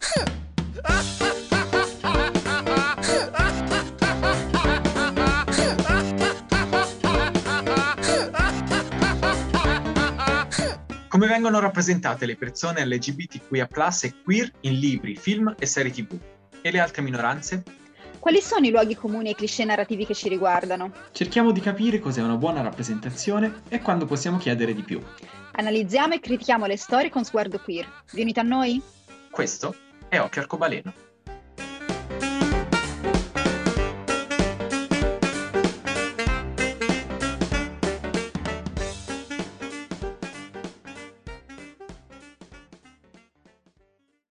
Come vengono rappresentate le persone LGBTQIA+ e queer in libri, film e serie TV? E le altre minoranze? Quali sono i luoghi comuni e i cliché narrativi che ci riguardano? Cerchiamo di capire cos'è una buona rappresentazione e quando possiamo chiedere di più. Analizziamo e critichiamo le storie con sguardo queer. Vi unite a noi? Questo è Occhio Arcobaleno.